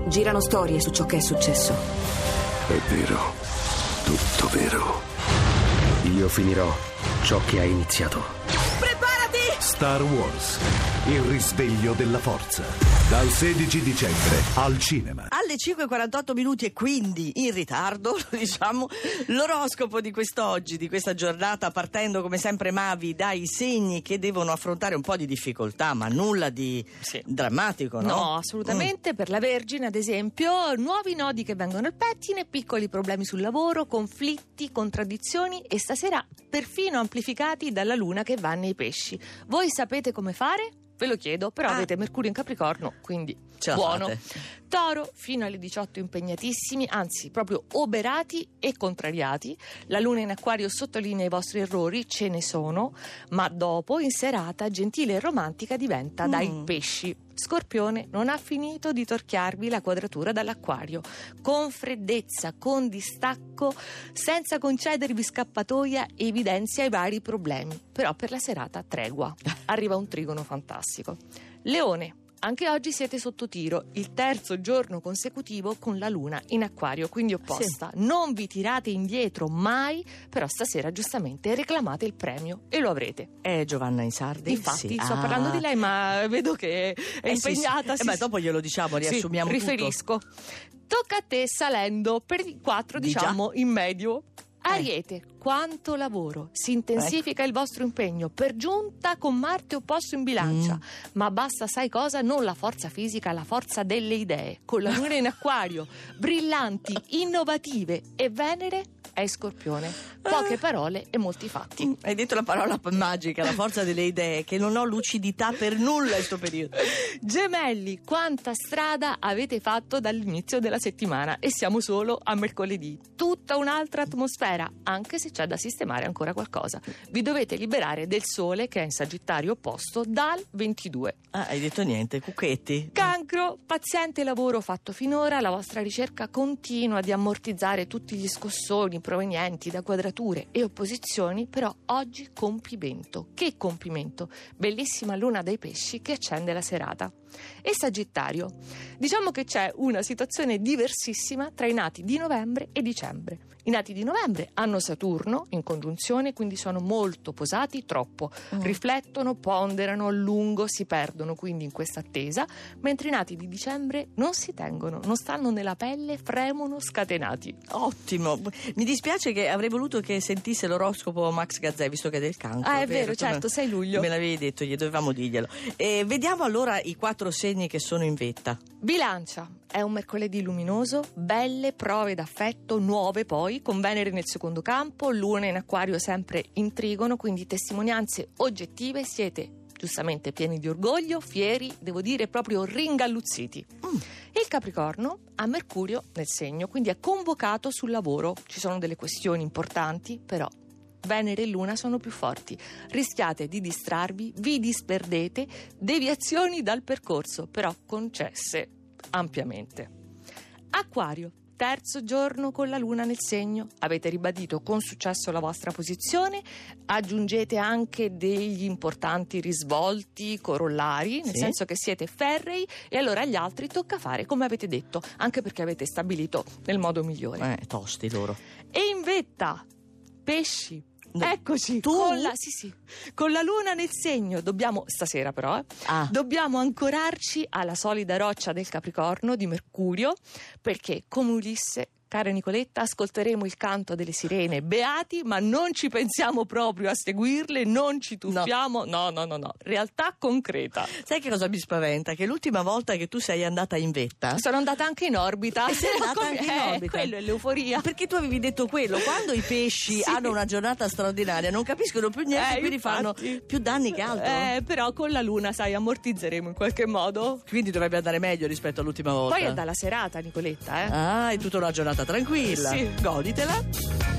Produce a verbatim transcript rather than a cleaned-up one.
Girano storie su ciò che è successo. È vero, tutto vero. Io finirò ciò che ha iniziato. Preparati! Star Wars, il risveglio della forza. Dal sedici dicembre al cinema. Alle cinque e quarantotto minuti e quindi in ritardo, diciamo, l'oroscopo di quest'oggi, di questa giornata, partendo come sempre Mavi dai segni che devono affrontare un po' di difficoltà, ma nulla di Sì. drammatico, no? No, assolutamente. Mm. Per la Vergine, ad esempio, nuovi nodi che vengono al pettine, piccoli problemi sul lavoro, conflitti, contraddizioni e stasera perfino amplificati dalla luna che va nei pesci. Voi sapete come fare? Ve lo chiedo, però Ah. avete Mercurio in Capricorno, quindi Ce la buono. fate. Toro, fino alle diciotto impegnatissimi, anzi proprio oberati e contrariati. La luna in Acquario sottolinea i vostri errori, ce ne sono, ma dopo, in serata, gentile e romantica diventa Mm. dai pesci. Scorpione non ha finito di torchiarvi la quadratura dall'Acquario. Con freddezza, con distacco, senza concedervi scappatoia, evidenzia i vari problemi. Però per la serata tregua. Arriva un trigono fantastico. Leone. Anche oggi siete sotto tiro, il terzo giorno consecutivo con la luna in Acquario, quindi opposta. Sì. Non vi tirate indietro mai, però stasera giustamente reclamate il premio e lo avrete. È Giovanna Insardi? Infatti, Sì. sto Ah. parlando di lei, ma vedo che è Eh sì, impegnata. sì. Sì, Eh beh, dopo glielo diciamo, riassumiamo sì, tutto. riferisco. Tocca a te, salendo per i quattro, Di già? diciamo, in medio. Ariete, quanto lavoro, si intensifica il vostro impegno, per giunta con Marte opposto in bilancia, Mm. ma basta, sai cosa? Non la forza fisica, la forza delle idee, con la luna in Acquario, brillanti, innovative, e Venere è Scorpione, poche parole e molti fatti. Hai detto la parola magica, la forza delle idee, che non ho lucidità per nulla in questo periodo. Gemelli, quanta strada avete fatto dall'inizio della settimana e siamo solo a mercoledì. Tutta un'altra atmosfera, anche se c'è da sistemare ancora qualcosa. Vi dovete liberare del Sole, che è in Sagittario opposto, dal ventidue. Ah, hai detto niente, cucchetti. Cancro, paziente lavoro fatto finora, la vostra ricerca continua di ammortizzare tutti gli scossoni provenienti da quadrature e opposizioni, però oggi compimento. Che compimento? Bellissima luna dei pesci che accende la serata. E Sagittario, diciamo che c'è una situazione diversissima tra i nati di novembre e dicembre. I nati di novembre hanno Saturno in congiunzione, quindi sono molto posati, troppo, Mm. riflettono, ponderano a lungo, si perdono quindi in questa attesa, mentre i nati di dicembre non si tengono, non stanno nella pelle, fremono scatenati. Ottimo. Mi dispiace che avrei voluto che sentisse l'oroscopo Max Gazzè, visto che è del Cancro. Ah, è vero, Tu me- certo, sei luglio. Me l'avevi detto, gli dovevamo dirglielo. E vediamo allora i quattro segni che sono in vetta. Bilancia, è un mercoledì luminoso, belle prove d'affetto, nuove poi, con Venere nel secondo campo, luna in Acquario sempre in trigono, quindi testimonianze oggettive, siete giustamente pieni di orgoglio, fieri, devo dire proprio ringalluzziti. Mm. E il Capricorno ha Mercurio nel segno, quindi è convocato sul lavoro, ci sono delle questioni importanti, però Venere e Luna sono più forti, rischiate di distrarvi, vi disperdete, deviazioni dal percorso, però concesse ampiamente. Acquario, terzo giorno con la luna nel segno, avete ribadito con successo la vostra posizione, aggiungete anche degli importanti risvolti corollari, nel Sì. senso che siete ferrei e allora agli altri tocca fare come avete detto, anche perché avete stabilito nel modo migliore. Eh, tosti loro. E in vetta, pesci. No. Eccoci, Tu? con la, sì, sì, con la luna nel segno, dobbiamo, stasera però, eh, Ah. dobbiamo ancorarci alla solida roccia del Capricorno di Mercurio, perché come Ulisse, cara Nicoletta, ascolteremo il canto delle sirene beati, ma non ci pensiamo proprio a seguirle, non ci tuffiamo, no, no, no, no, realtà concreta. Sai che cosa mi spaventa? Che l'ultima volta che tu sei andata in vetta, Sono andata anche in orbita. E sei andata Come- anche in eh, orbita. quello è l'euforia. perché tu avevi detto quello, quando i pesci Sì. hanno una giornata straordinaria non capiscono più niente, Eh, quindi infatti. fanno più danni che altro. Eh, però con la luna, sai, ammortizzeremo in qualche modo. Quindi dovrebbe andare meglio rispetto all'ultima volta. Poi è dalla serata, Nicoletta, eh. Ah, è tutta una giornata tranquilla. Sì. Goditela.